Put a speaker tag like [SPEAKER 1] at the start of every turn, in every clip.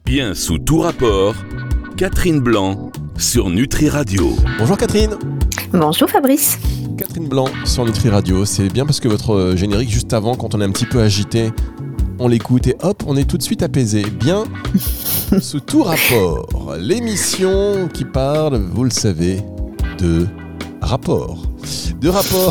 [SPEAKER 1] Bien sous tout rapport, Catherine Blanc sur Nutri Radio.
[SPEAKER 2] Bonjour Catherine.
[SPEAKER 3] Bonjour Fabrice.
[SPEAKER 2] Catherine Blanc sur Nutri Radio, c'est bien parce que votre générique juste avant, quand on est un petit peu agité, on l'écoute et hop, on est tout de suite apaisé. Bien sous tout rapport, l'émission qui parle, vous le savez, de rapport. De rapport.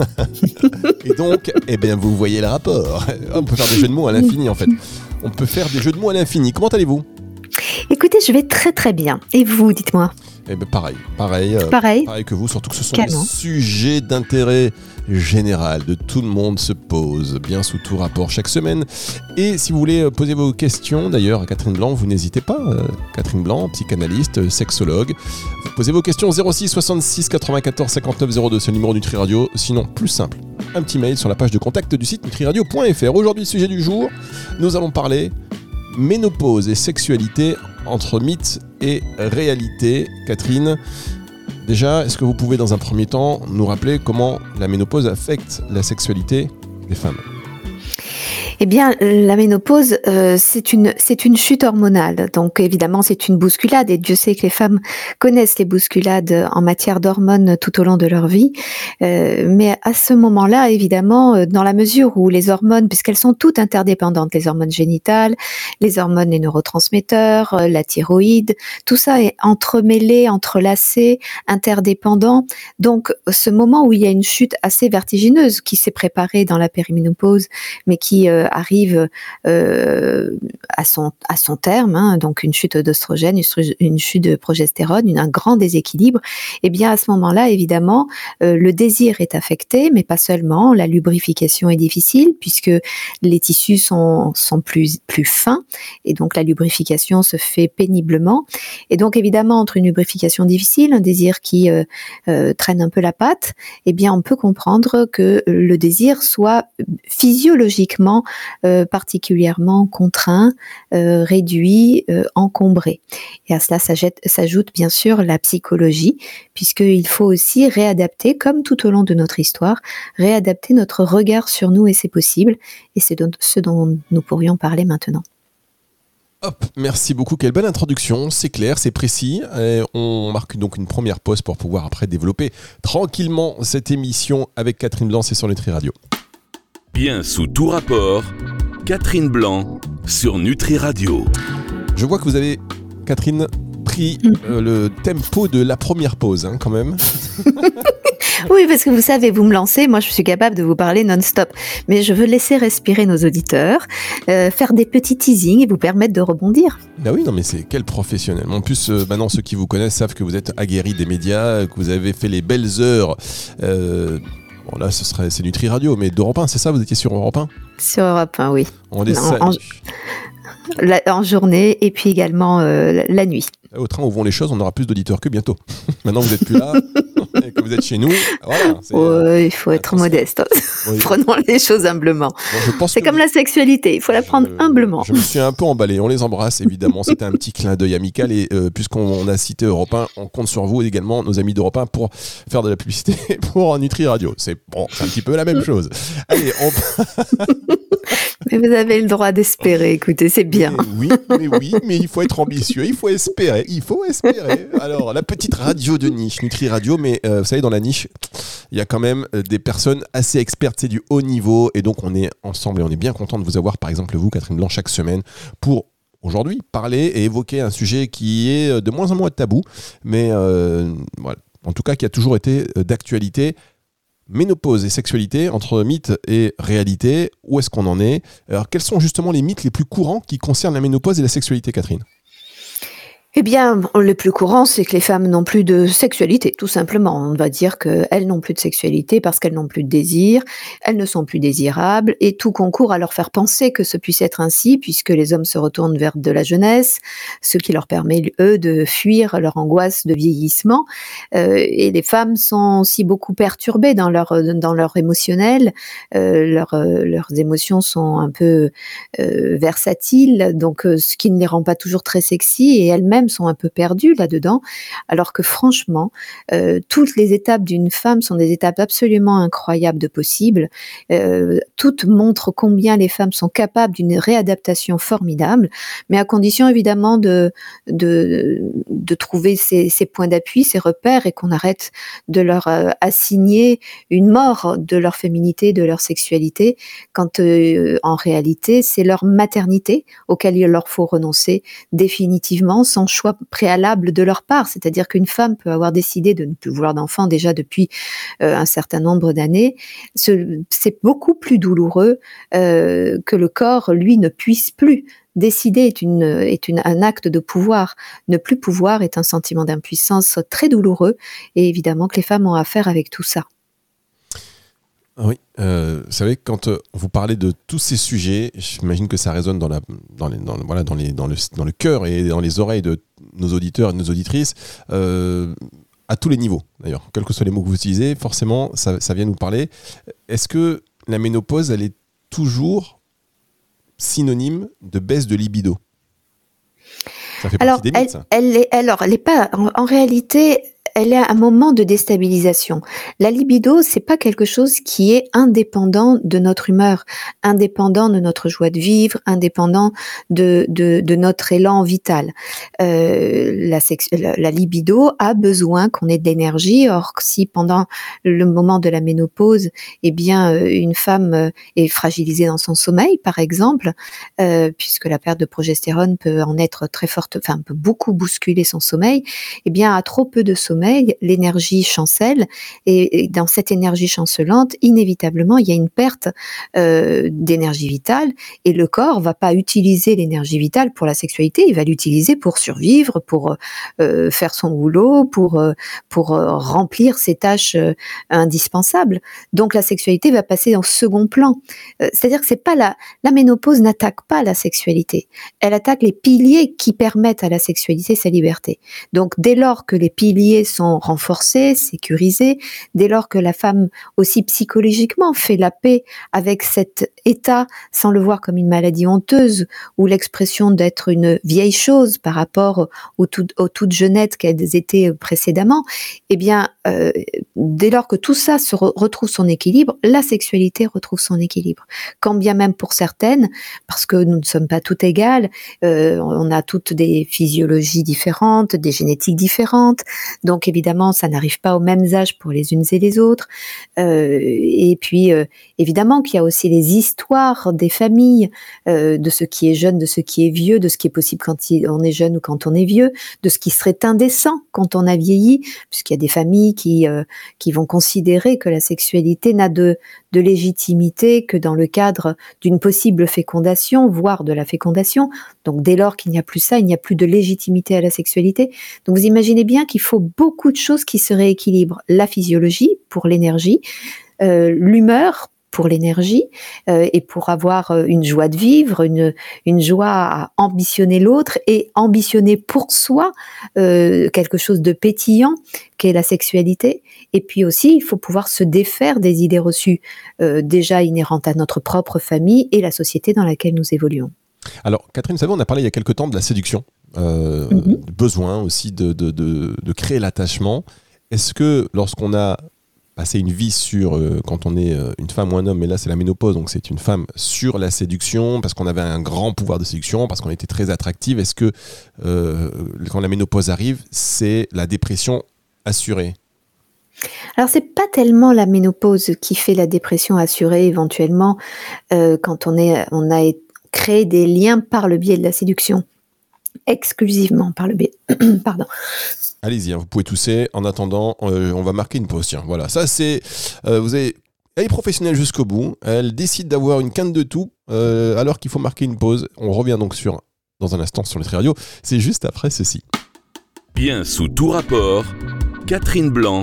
[SPEAKER 2] Et donc, vous voyez le rapport. On peut faire des jeux de mots à l'infini en fait. On peut faire des jeux de mots à l'infini. Comment allez-vous ?
[SPEAKER 3] Écoutez, je vais très très bien. Et vous, dites-moi ?
[SPEAKER 2] Pareil que vous, surtout que ce sont des sujets d'intérêt général, de tout le monde se pose, bien sous tout rapport chaque semaine. Et si vous voulez poser vos questions, d'ailleurs, à Catherine Blanc, vous n'hésitez pas. Catherine Blanc, psychanalyste, sexologue. Vous posez vos questions 06 66 94 59 02, c'est le numéro Nutri Radio. Sinon, plus simple, un petit mail sur la page de contact du site nutriradio.fr. Aujourd'hui, le sujet du jour, nous allons parler ménopause et sexualité entre mythe et réalité. Catherine, déjà, est-ce que vous pouvez dans un premier temps nous rappeler comment la ménopause affecte la sexualité des femmes ?
[SPEAKER 3] Eh bien, la ménopause, c'est une chute hormonale. Donc, évidemment, c'est une bousculade. Et Dieu sait que les femmes connaissent les bousculades en matière d'hormones tout au long de leur vie. Mais à ce moment-là, évidemment, dans la mesure où les hormones, puisqu'elles sont toutes interdépendantes, les hormones génitales, les hormones des neurotransmetteurs, la thyroïde, tout ça est entremêlé, entrelacé, interdépendant. Donc, ce moment où il y a une chute assez vertigineuse qui s'est préparée dans la périménopause, mais qui arrive à son terme, donc une chute d'oestrogène, une chute de progestérone, un grand déséquilibre, et bien à ce moment-là, évidemment, le désir est affecté, mais pas seulement, la lubrification est difficile puisque les tissus sont plus fins, et donc la lubrification se fait péniblement, et donc évidemment, entre une lubrification difficile, un désir qui traîne un peu la patte, eh bien on peut comprendre que le désir soit physiologiquement particulièrement contraint, réduit, encombré. Et à cela s'ajoute bien sûr la psychologie, puisqu'il faut aussi réadapter, comme tout au long de notre histoire, réadapter notre regard sur nous, et c'est possible, et c'est ce dont nous pourrions parler maintenant.
[SPEAKER 2] Hop, merci beaucoup, quelle belle introduction, c'est clair, c'est précis. Et on marque donc une première pause pour pouvoir après développer tranquillement cette émission avec Catherine Blanc, c'est sur Nutri Radio.
[SPEAKER 1] Bien sous tout rapport, Catherine Blanc sur Nutri Radio.
[SPEAKER 2] Je vois que vous avez, Catherine, pris le tempo de la première pause, quand même.
[SPEAKER 3] Oui, parce que vous savez, vous me lancez, moi je suis capable de vous parler non-stop, mais je veux laisser respirer nos auditeurs, faire des petits teasings et vous permettre de rebondir.
[SPEAKER 2] Ah oui, non mais c'est quel professionnel. En plus, maintenant ceux qui vous connaissent savent que vous êtes aguerri des médias, que vous avez fait les belles heures. Bon là, c'est Nutri Radio, mais d'Europe 1, c'est ça ? Vous étiez sur Europe 1 ?
[SPEAKER 3] Sur Europe 1, oui.
[SPEAKER 2] On les salue.
[SPEAKER 3] En journée et puis également la nuit.
[SPEAKER 2] Au train où vont les choses, on aura plus d'auditeurs que bientôt. Maintenant que vous n'êtes plus là, et que vous êtes chez nous, voilà.
[SPEAKER 3] Il faut être modeste. Oui. Prenons les choses humblement.
[SPEAKER 2] Bon,
[SPEAKER 3] c'est comme la sexualité, il faut la prendre humblement.
[SPEAKER 2] Je me suis un peu emballé, on les embrasse évidemment. C'était un petit clin d'œil amical et puisqu'on a cité Europe 1, on compte sur vous également, nos amis d'Europe 1, pour faire de la publicité pour Nutri Radio. C'est un petit peu la même chose. Allez,
[SPEAKER 3] Mais vous avez le droit d'espérer, écoutez, c'est bien.
[SPEAKER 2] Mais il faut être ambitieux, il faut espérer. Alors, la petite radio de niche, Nutri Radio, mais vous savez, dans la niche, il y a quand même des personnes assez expertes, c'est du haut niveau, et donc on est ensemble et on est bien content de vous avoir, par exemple vous, Catherine Blanc, chaque semaine, pour aujourd'hui parler et évoquer un sujet qui est de moins en moins tabou, mais voilà, en tout cas qui a toujours été d'actualité. Ménopause et sexualité, entre mythe et réalité, où est-ce qu'on en est ? Alors, quels sont justement les mythes les plus courants qui concernent la ménopause et la sexualité, Catherine ?
[SPEAKER 3] Eh bien, le plus courant, c'est que les femmes n'ont plus de sexualité, tout simplement. On va dire qu'elles n'ont plus de sexualité parce qu'elles n'ont plus de désir, elles ne sont plus désirables, et tout concourt à leur faire penser que ce puisse être ainsi, puisque les hommes se retournent vers de la jeunesse, ce qui leur permet, eux, de fuir leur angoisse de vieillissement. Et les femmes sont aussi beaucoup perturbées dans leur émotionnel. Leurs émotions sont un peu versatiles, donc ce qui ne les rend pas toujours très sexy, et elles-mêmes elles-mêmes sont un peu perdues là-dedans, alors que franchement, toutes les étapes d'une femme sont des étapes absolument incroyables de possibles. Toutes montrent combien les femmes sont capables d'une réadaptation formidable, mais à condition évidemment de trouver ces points d'appui, ces repères, et qu'on arrête de leur assigner une mort de leur féminité, de leur sexualité, quand en réalité c'est leur maternité auquel il leur faut renoncer définitivement, sans choix préalable de leur part. C'est-à-dire qu'une femme peut avoir décidé de ne plus vouloir d'enfant déjà depuis un certain nombre d'années. C'est beaucoup plus douloureux que le corps, lui, ne puisse plus. Décider est un acte de pouvoir. Ne plus pouvoir est un sentiment d'impuissance très douloureux, et évidemment que les femmes ont à faire avec tout ça.
[SPEAKER 2] Oui, vous savez, quand vous parlez de tous ces sujets, j'imagine que ça résonne dans le cœur et dans les oreilles de nos auditeurs et de nos auditrices, à tous les niveaux d'ailleurs, quels que soient les mots que vous utilisez, forcément ça vient nous parler. Est-ce que la ménopause, elle est toujours synonyme de baisse de libido? Ça fait partie des mythes, ça.
[SPEAKER 3] Elle est pas, en réalité, elle est un moment de déstabilisation. La libido, c'est pas quelque chose qui est indépendant de notre humeur, indépendant de notre joie de vivre, indépendant de notre élan vital. La libido a besoin qu'on ait de l'énergie. Or, si pendant le moment de la ménopause, eh bien, une femme est fragilisée dans son sommeil, par exemple, puisque la perte de progestérone peut en être très forte, enfin, peut beaucoup bousculer son sommeil, eh bien, à trop peu de sommeil, l'énergie chancelle, et dans cette énergie chancelante, inévitablement, il y a une perte d'énergie vitale, et le corps va pas utiliser l'énergie vitale pour la sexualité, il va l'utiliser pour survivre, pour faire son boulot, pour remplir ses tâches indispensables. Donc la sexualité va passer en second plan. C'est-à-dire que c'est pas la ménopause n'attaque pas la sexualité, elle attaque les piliers qui permettent à la sexualité sa liberté. Donc dès lors que les piliers sont renforcés, sécurisés, dès lors que la femme aussi psychologiquement fait la paix avec cet état sans le voir comme une maladie honteuse ou l'expression d'être une vieille chose par rapport aux toutes jeunettes qu'elles étaient précédemment, eh bien dès lors que tout ça retrouve son équilibre, la sexualité retrouve son équilibre. Quand bien même pour certaines, parce que nous ne sommes pas toutes égales, on a toutes des physiologies différentes, des génétiques différentes, donc évidemment ça n'arrive pas aux mêmes âges pour les unes et les autres, et puis évidemment qu'il y a aussi les histoires des familles, de ce qui est jeune, de ce qui est vieux, de ce qui est possible quand on est jeune ou quand on est vieux, de ce qui serait indécent quand on a vieilli, puisqu'il y a des familles qui vont considérer que la sexualité n'a de légitimité que dans le cadre d'une possible fécondation, voire de la fécondation. Donc dès lors qu'il n'y a plus ça, il n'y a plus de légitimité à la sexualité. Donc vous imaginez bien qu'il faut beaucoup de choses qui se rééquilibrent. La physiologie pour l'énergie, l'humeur pour l'énergie, et pour avoir une joie de vivre, une joie à ambitionner l'autre et ambitionner pour soi quelque chose de pétillant qu'est la sexualité. Et puis aussi, il faut pouvoir se défaire des idées reçues déjà inhérentes à notre propre famille et la société dans laquelle nous évoluons.
[SPEAKER 2] Alors, Catherine, vous savez, on a parlé il y a quelque temps de la séduction, besoin aussi de créer l'attachement. Est-ce que lorsqu'on a passé une vie sur, quand on est une femme ou un homme, mais là c'est la ménopause, donc c'est une femme sur la séduction, parce qu'on avait un grand pouvoir de séduction, parce qu'on était très attractive, est-ce que quand la ménopause arrive, c'est la dépression assurée ?
[SPEAKER 3] Alors c'est pas tellement la ménopause qui fait la dépression assurée éventuellement, quand on a créé des liens par le biais de la séduction. Exclusivement par le biais. Pardon.
[SPEAKER 2] Allez-y, vous pouvez tousser. En attendant, on va marquer une pause. Tiens, voilà. Ça, c'est. Elle est professionnelle jusqu'au bout. Elle décide d'avoir une canne de tout, alors qu'il faut marquer une pause. On revient donc dans un instant sur Nutri Radio. C'est juste après ceci.
[SPEAKER 1] Bien sous tout rapport, Catherine Blanc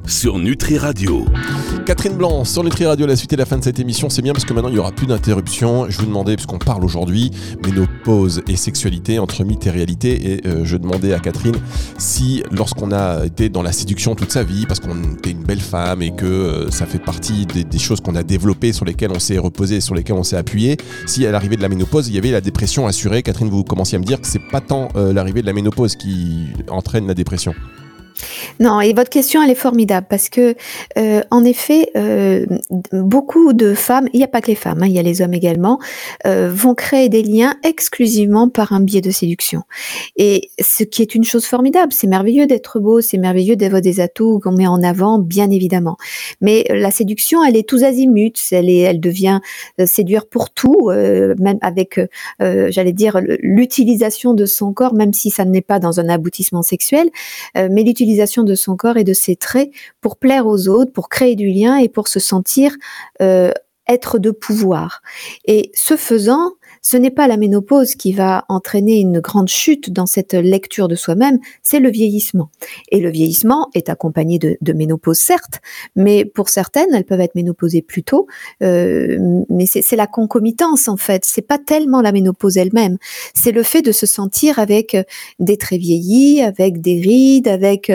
[SPEAKER 1] sur Nutri Radio.
[SPEAKER 2] Catherine Blanc sur Nutri Radio, la suite et la fin de cette émission, c'est bien parce que maintenant il n'y aura plus d'interruption. Je vous demandais, puisqu'on parle aujourd'hui ménopause et sexualité, entre mythe et réalité, et je demandais à Catherine si lorsqu'on a été dans la séduction toute sa vie, parce qu'on était une belle femme et que ça fait partie des choses qu'on a développées, sur lesquelles on s'est reposé, sur lesquelles on s'est appuyé, si à l'arrivée de la ménopause il y avait la dépression assurée. Catherine, vous commenciez à me dire que c'est pas tant l'arrivée de la ménopause qui entraîne la dépression.
[SPEAKER 3] Non, et votre question, elle est formidable parce que, en effet, beaucoup de femmes, il n'y a pas que les femmes, il y a les hommes également, vont créer des liens exclusivement par un biais de séduction. Et ce qui est une chose formidable, c'est merveilleux d'être beau, c'est merveilleux d'avoir des atouts qu'on met en avant, bien évidemment. Mais la séduction, elle est tous azimuts, elle devient séduire pour tout, même avec, j'allais dire, l'utilisation de son corps, même si ça n'est pas dans un aboutissement sexuel, mais l'utilisation de son corps et de ses traits pour plaire aux autres, pour créer du lien et pour se sentir être de pouvoir. Et ce faisant, ce n'est pas la ménopause qui va entraîner une grande chute dans cette lecture de soi-même, c'est le vieillissement. Et le vieillissement est accompagné de ménopause, certes, mais pour certaines, elles peuvent être ménopausées plus tôt, mais c'est la concomitance en fait, c'est pas tellement la ménopause elle-même, c'est le fait de se sentir avec des traits vieillis, avec des rides, avec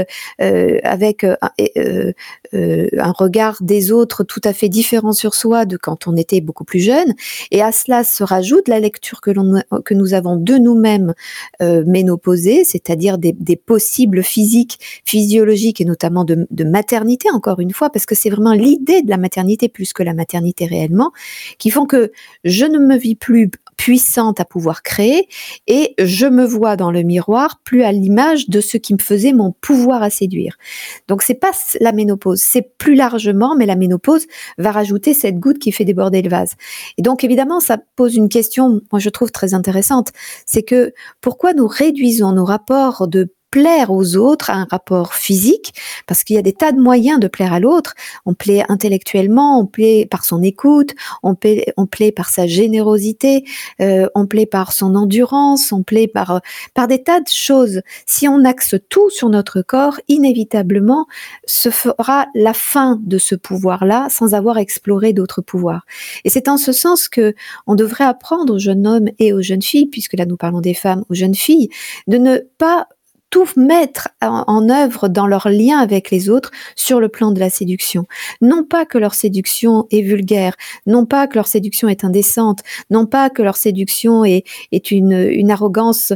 [SPEAKER 3] un regard des autres tout à fait différent sur soi de quand on était beaucoup plus jeune, et à cela se rajoute la lecture que nous avons de nous-mêmes ménopausés, c'est-à-dire des possibles physiques, physiologiques et notamment de maternité, encore une fois, parce que c'est vraiment l'idée de la maternité plus que la maternité réellement, qui font que je ne me vis plus puissante à pouvoir créer et je me vois dans le miroir plus à l'image de ce qui me faisait mon pouvoir à séduire. Donc c'est pas la ménopause, c'est plus largement, mais la ménopause va rajouter cette goutte qui fait déborder le vase. Et donc évidemment ça pose une question, moi je trouve très intéressante, c'est que pourquoi nous réduisons nos rapports de plaire aux autres à un rapport physique, parce qu'il y a des tas de moyens de plaire à l'autre. On plaît intellectuellement, on plaît par son écoute, on plaît par sa générosité, on plaît par son endurance, on plaît par des tas de choses. Si on axe tout sur notre corps, inévitablement, se fera la fin de ce pouvoir-là sans avoir exploré d'autres pouvoirs. Et c'est en ce sens que on devrait apprendre aux jeunes hommes et aux jeunes filles, puisque là nous parlons des femmes, aux jeunes filles, de ne pas tout mettre en œuvre dans leur lien avec les autres sur le plan de la séduction. Non pas que leur séduction est vulgaire, non pas que leur séduction est indécente, non pas que leur séduction est une arrogance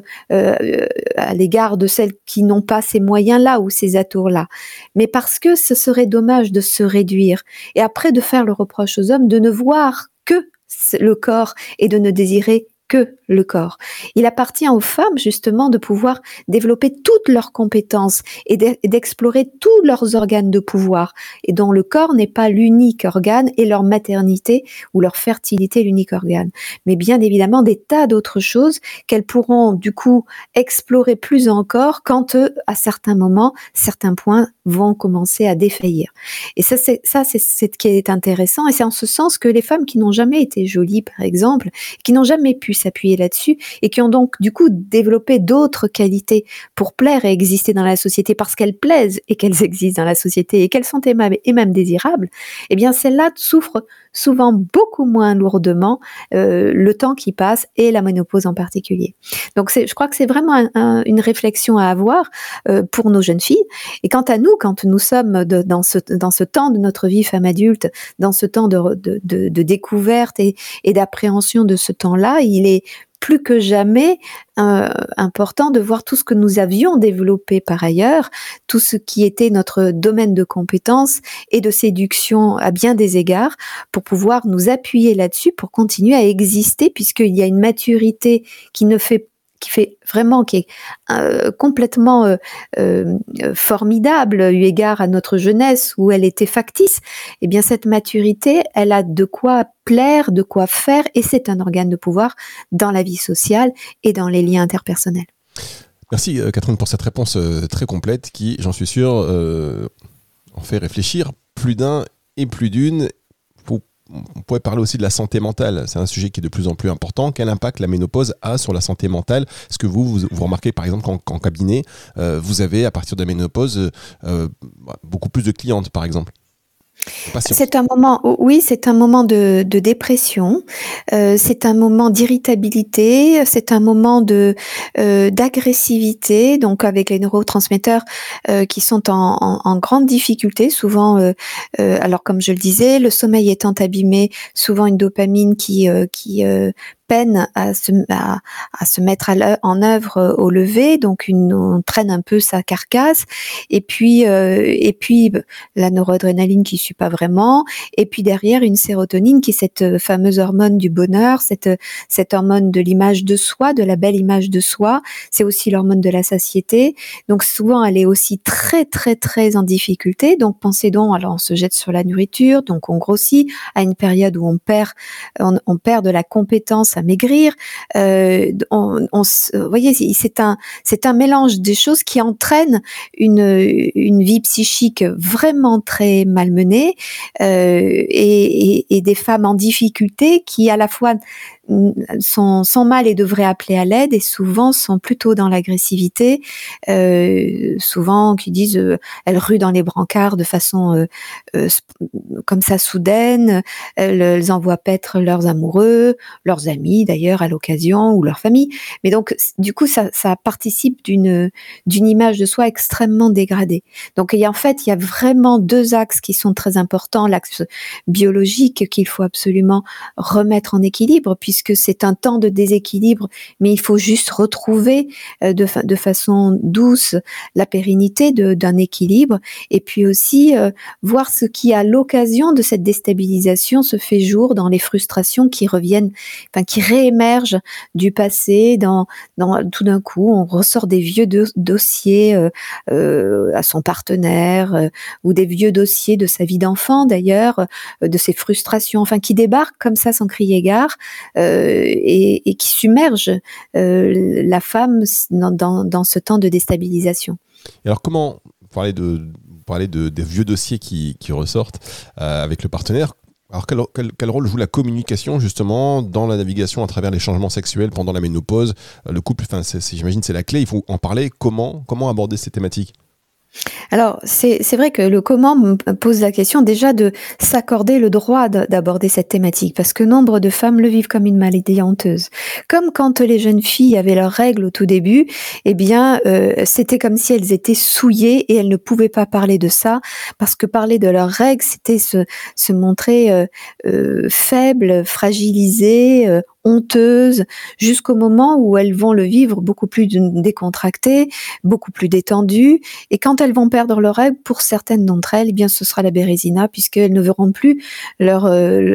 [SPEAKER 3] à l'égard de celles qui n'ont pas ces moyens-là ou ces atours-là, mais parce que ce serait dommage de se réduire et après de faire le reproche aux hommes de ne voir que le corps et de ne désirer que le corps. Il appartient aux femmes justement de pouvoir développer toutes leurs compétences et d'explorer tous leurs organes de pouvoir et dont le corps n'est pas l'unique organe et leur maternité ou leur fertilité l'unique organe. Mais bien évidemment des tas d'autres choses qu'elles pourront du coup explorer plus encore quand à certains moments, certains points vont commencer à défaillir. Et ça c'est ce qui est intéressant et c'est en ce sens que les femmes qui n'ont jamais été jolies par exemple, qui n'ont jamais pu s'appuyer là-dessus et qui ont donc du coup développé d'autres qualités pour plaire et exister dans la société parce qu'elles plaisent et qu'elles existent dans la société et qu'elles sont aimables et même désirables, eh bien celles-là souffrent souvent beaucoup moins lourdement le temps qui passe et la ménopause en particulier. Donc je crois que c'est vraiment une réflexion à avoir pour nos jeunes filles. Et quant à nous, quand nous sommes dans ce temps de notre vie femme adulte, dans ce temps de découverte et d'appréhension de ce temps-là, il est plus que jamais important de voir tout ce que nous avions développé par ailleurs, tout ce qui était notre domaine de compétences et de séduction à bien des égards, pour pouvoir nous appuyer là-dessus pour continuer à exister, puisqu'il y a une maturité qui est complètement formidable eu égard à notre jeunesse où elle était factice. Eh bien cette maturité, elle a de quoi plaire, de quoi faire, et c'est un organe de pouvoir dans la vie sociale et dans les liens interpersonnels.
[SPEAKER 2] Merci Catherine pour cette réponse très complète qui, j'en suis sûr, en fait réfléchir plus d'un et plus d'une. on pourrait parler aussi de la santé mentale. C'est un sujet qui est de plus en plus important. Quel impact la ménopause a sur la santé mentale? Est-ce que vous remarquez par exemple qu'en cabinet, vous avez à partir de la ménopause beaucoup plus de clientes par exemple?
[SPEAKER 3] C'est un moment, oui, c'est un moment de dépression, c'est un moment d'irritabilité, c'est un moment d'agressivité, donc avec les neurotransmetteurs qui sont en grande difficulté, souvent. Alors comme je le disais, le sommeil étant abîmé, souvent une dopamine qui peine à se mettre en œuvre au lever, donc on traîne un peu sa carcasse, et puis la noradrénaline qui suit pas vraiment, et puis derrière une sérotonine qui est cette fameuse hormone du bonheur, cette hormone de l'image de soi, de la belle image de soi. C'est aussi l'hormone de la satiété. Donc souvent elle est aussi très très très en difficulté. Donc pensez donc, alors on se jette sur la nourriture, donc on grossit à une période où on perd de la compétence à maigrir. Vous voyez, c'est un mélange des choses qui entraînent une vie psychique vraiment très malmenée, et des femmes en difficulté qui à la fois sont mal et devraient appeler à l'aide, et souvent sont plutôt dans l'agressivité, souvent qui disent elles ruent dans les brancards de façon comme ça soudaine, elles envoient paître leurs amoureux, leurs amis d'ailleurs à l'occasion, ou leur famille. Mais donc du coup ça participe d'une image de soi extrêmement dégradée. Donc en fait il y a vraiment deux axes qui sont très importants. L'axe biologique qu'il faut absolument remettre en équilibre, puisque c'est un temps de déséquilibre, mais il faut juste retrouver de façon douce la pérennité d'un équilibre, et puis aussi voir ce qui à l'occasion de cette déstabilisation se fait jour dans les frustrations qui reviennent, qui réémergent du passé. Tout d'un coup on ressort des vieux dossiers à son partenaire, ou des vieux dossiers de sa vie d'enfant d'ailleurs, de ses frustrations, qui débarquent comme ça sans crier gare, et qui submergent la femme dans ce temps de déstabilisation.
[SPEAKER 2] Et alors comment parler des vieux dossiers qui ressortent avec le partenaire? Alors quel rôle joue la communication justement dans la navigation à travers les changements sexuels pendant la ménopause? Le couple, j'imagine c'est la clé, il faut en parler. Comment aborder ces thématiques?
[SPEAKER 3] Alors, c'est vrai que le comment me pose la question déjà de s'accorder le droit d'aborder cette thématique, parce que nombre de femmes le vivent comme une maladie honteuse. Comme quand les jeunes filles avaient leurs règles au tout début, c'était comme si elles étaient souillées et elles ne pouvaient pas parler de ça, parce que parler de leurs règles, c'était se montrer faible, fragilisée, honteuses, jusqu'au moment où elles vont le vivre beaucoup plus décontractées, beaucoup plus détendues. Et quand elles vont perdre leurs règles, pour certaines d'entre elles, ce sera la bérésina, puisqu'elles ne verront plus leur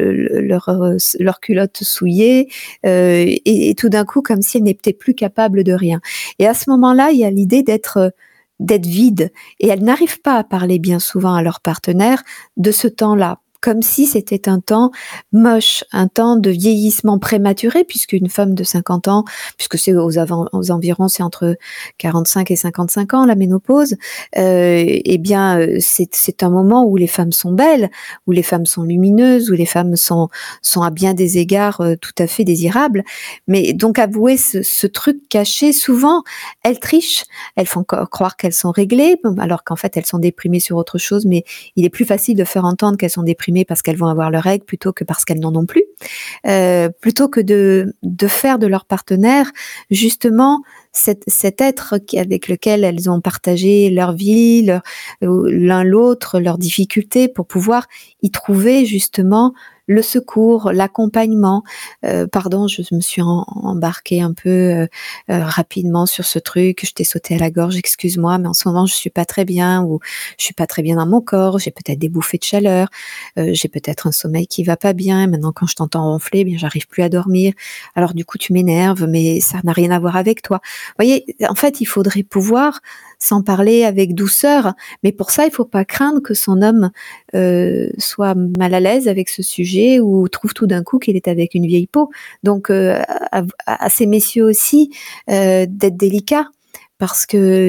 [SPEAKER 3] culotte souillée, et tout d'un coup, comme si elles n'étaient plus capables de rien. Et à ce moment-là, il y a l'idée d'être vide. Et elles n'arrivent pas à parler bien souvent à leur partenaire de ce temps-là, comme si c'était un temps moche, un temps de vieillissement prématuré, puisqu'une femme de 50 ans, puisque c'est aux environs, c'est entre 45 et 55 ans, la ménopause, c'est un moment où les femmes sont belles, où les femmes sont lumineuses, où les femmes sont à bien des égards tout à fait désirables. Mais donc avouer ce truc caché, souvent, elles trichent, elles font croire qu'elles sont réglées, alors qu'en fait elles sont déprimées sur autre chose, mais il est plus facile de faire entendre qu'elles sont déprimées parce qu'elles vont avoir leurs règles plutôt que parce qu'elles n'en ont plus, plutôt que de faire de leur partenaire justement cet être avec lequel elles ont partagé leur vie, l'un l'autre, leurs difficultés, pour pouvoir y trouver justement le secours, l'accompagnement. Je me suis embarquée un peu rapidement sur ce truc, je t'ai sauté à la gorge, excuse-moi, mais en ce moment je suis pas très bien, ou je suis pas très bien dans mon corps, j'ai peut-être des bouffées de chaleur, j'ai peut-être un sommeil qui va pas bien, maintenant quand je t'entends ronfler, j'arrive plus à dormir, alors du coup tu m'énerves, mais ça n'a rien à voir avec toi. Vous voyez, en fait il faudrait pouvoir s'en parler avec douceur, mais pour ça il faut pas craindre que son homme soit mal à l'aise avec ce sujet, ou trouve tout d'un coup qu'il est avec une vieille peau. Donc à ces messieurs aussi d'être délicats, parce que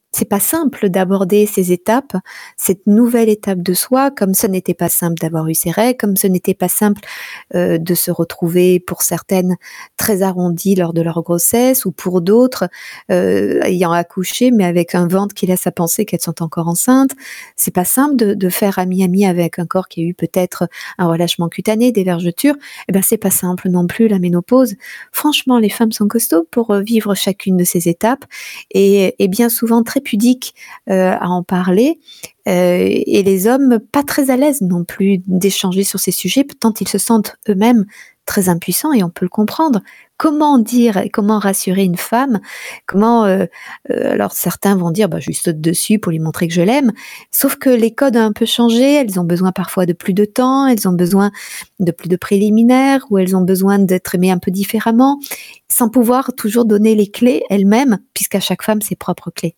[SPEAKER 3] c'est pas simple d'aborder ces étapes, cette nouvelle étape de soi, comme ce n'était pas simple d'avoir eu ses règles, comme ce n'était pas simple de se retrouver pour certaines très arrondies lors de leur grossesse, ou pour d'autres ayant accouché mais avec un ventre qui laisse à penser qu'elles sont encore enceintes. C'est pas simple de faire ami-ami avec un corps qui a eu peut-être un relâchement cutané, des vergetures. Eh ben c'est pas simple non plus la ménopause. Franchement, les femmes sont costauds pour vivre chacune de ces étapes et bien souvent très pudiques à en parler. Et les hommes pas très à l'aise non plus d'échanger sur ces sujets, tant ils se sentent eux-mêmes très impuissants, et on peut le comprendre. Comment dire et comment rassurer une femme? Comment alors certains vont dire je lui saute dessus pour lui montrer que je l'aime, sauf que les codes ont un peu changé, elles ont besoin parfois de plus de temps, elles ont besoin de plus de préliminaires, ou elles ont besoin d'être aimées un peu différemment, sans pouvoir toujours donner les clés elles-mêmes, puisqu'à chaque femme ses propres clés.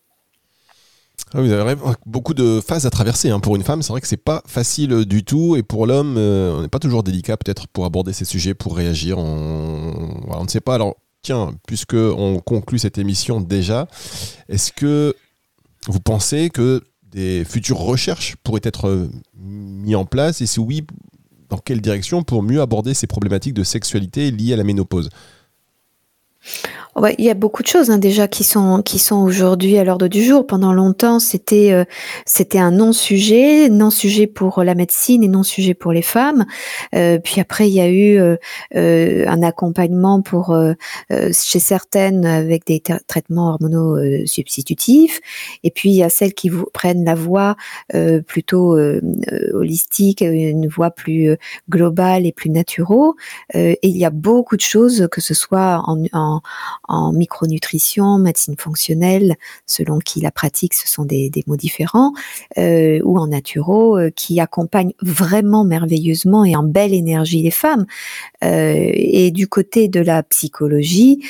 [SPEAKER 2] Vous avez beaucoup de phases à traverser pour une femme, c'est vrai que c'est pas facile du tout, et pour l'homme, on n'est pas toujours délicat peut-être pour aborder ces sujets, pour réagir, on ne sait pas. Alors tiens, puisque on conclut cette émission déjà, est-ce que vous pensez que des futures recherches pourraient être mises en place, et si oui, dans quelle direction, pour mieux aborder ces problématiques de sexualité liées à la ménopause?
[SPEAKER 3] Ouais, il y a beaucoup de choses déjà qui sont aujourd'hui à l'ordre du jour. Pendant longtemps, c'était un non-sujet pour la médecine et non-sujet pour les femmes. Puis après, il y a eu un accompagnement pour chez certaines avec des traitements hormonaux substitutifs. Et puis il y a celles qui prennent la voie plutôt holistique, une voie plus globale et plus naturelle. Et il y a beaucoup de choses, que ce soit en micronutrition, médecine fonctionnelle, selon qui la pratique, ce sont des mots différents, ou en naturo, qui accompagnent vraiment merveilleusement et en belle énergie les femmes. Et du côté de la psychologie,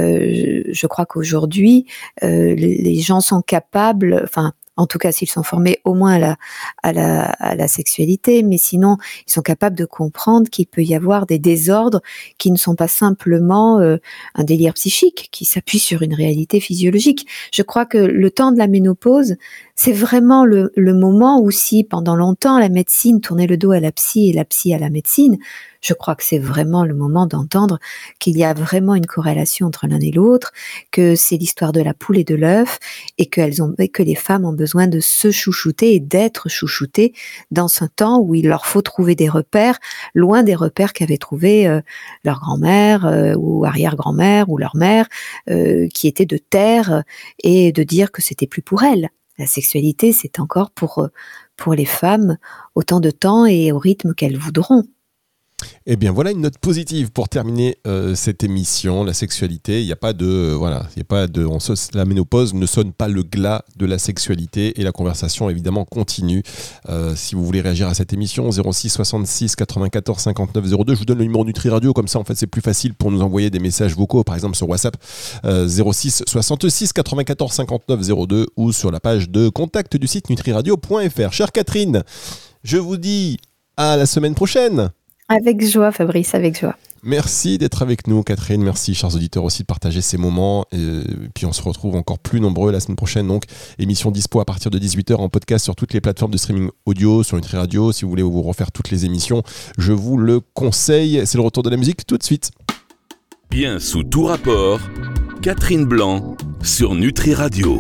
[SPEAKER 3] je crois qu'aujourd'hui, les gens sont capables, en tout cas s'ils sont formés au moins à la sexualité, mais sinon ils sont capables de comprendre qu'il peut y avoir des désordres qui ne sont pas simplement un délire psychique, qui s'appuie sur une réalité physiologique. Je crois que le temps de la ménopause, c'est vraiment le moment où, si pendant longtemps la médecine tournait le dos à la psy et la psy à la médecine, je crois que c'est vraiment le moment d'entendre qu'il y a vraiment une corrélation entre l'un et l'autre, que c'est l'histoire de la poule et de l'œuf, et que les femmes ont besoin de se chouchouter et d'être chouchoutées dans un temps où il leur faut trouver des repères, loin des repères qu'avaient trouvés leur grand-mère ou arrière-grand-mère ou leur mère, qui étaient de taire et de dire que c'était plus pour elles. La sexualité, c'est encore pour les femmes autant de temps et au rythme qu'elles voudront.
[SPEAKER 2] Eh bien voilà une note positive pour terminer cette émission. La sexualité, il n'y a pas de la ménopause ne sonne pas le glas de la sexualité, et la conversation évidemment continue. Si vous voulez réagir à cette émission, 06 66 94 59 02, je vous donne le numéro Nutri Radio, comme ça en fait c'est plus facile pour nous envoyer des messages vocaux, par exemple sur WhatsApp, 06 66 94 59 02, ou sur la page de contact du site nutriradio.fr. Chère Catherine, je vous dis à la semaine prochaine.
[SPEAKER 3] Avec joie, Fabrice, avec joie.
[SPEAKER 2] Merci d'être avec nous, Catherine. Merci, chers auditeurs, aussi de partager ces moments. Et puis, on se retrouve encore plus nombreux la semaine prochaine. Donc, émission dispo à partir de 18h en podcast sur toutes les plateformes de streaming audio, sur Nutri Radio. Si vous voulez vous refaire toutes les émissions, je vous le conseille. C'est le retour de la musique tout de suite.
[SPEAKER 1] Bien sous tout rapport, Catherine Blanc sur Nutri Radio.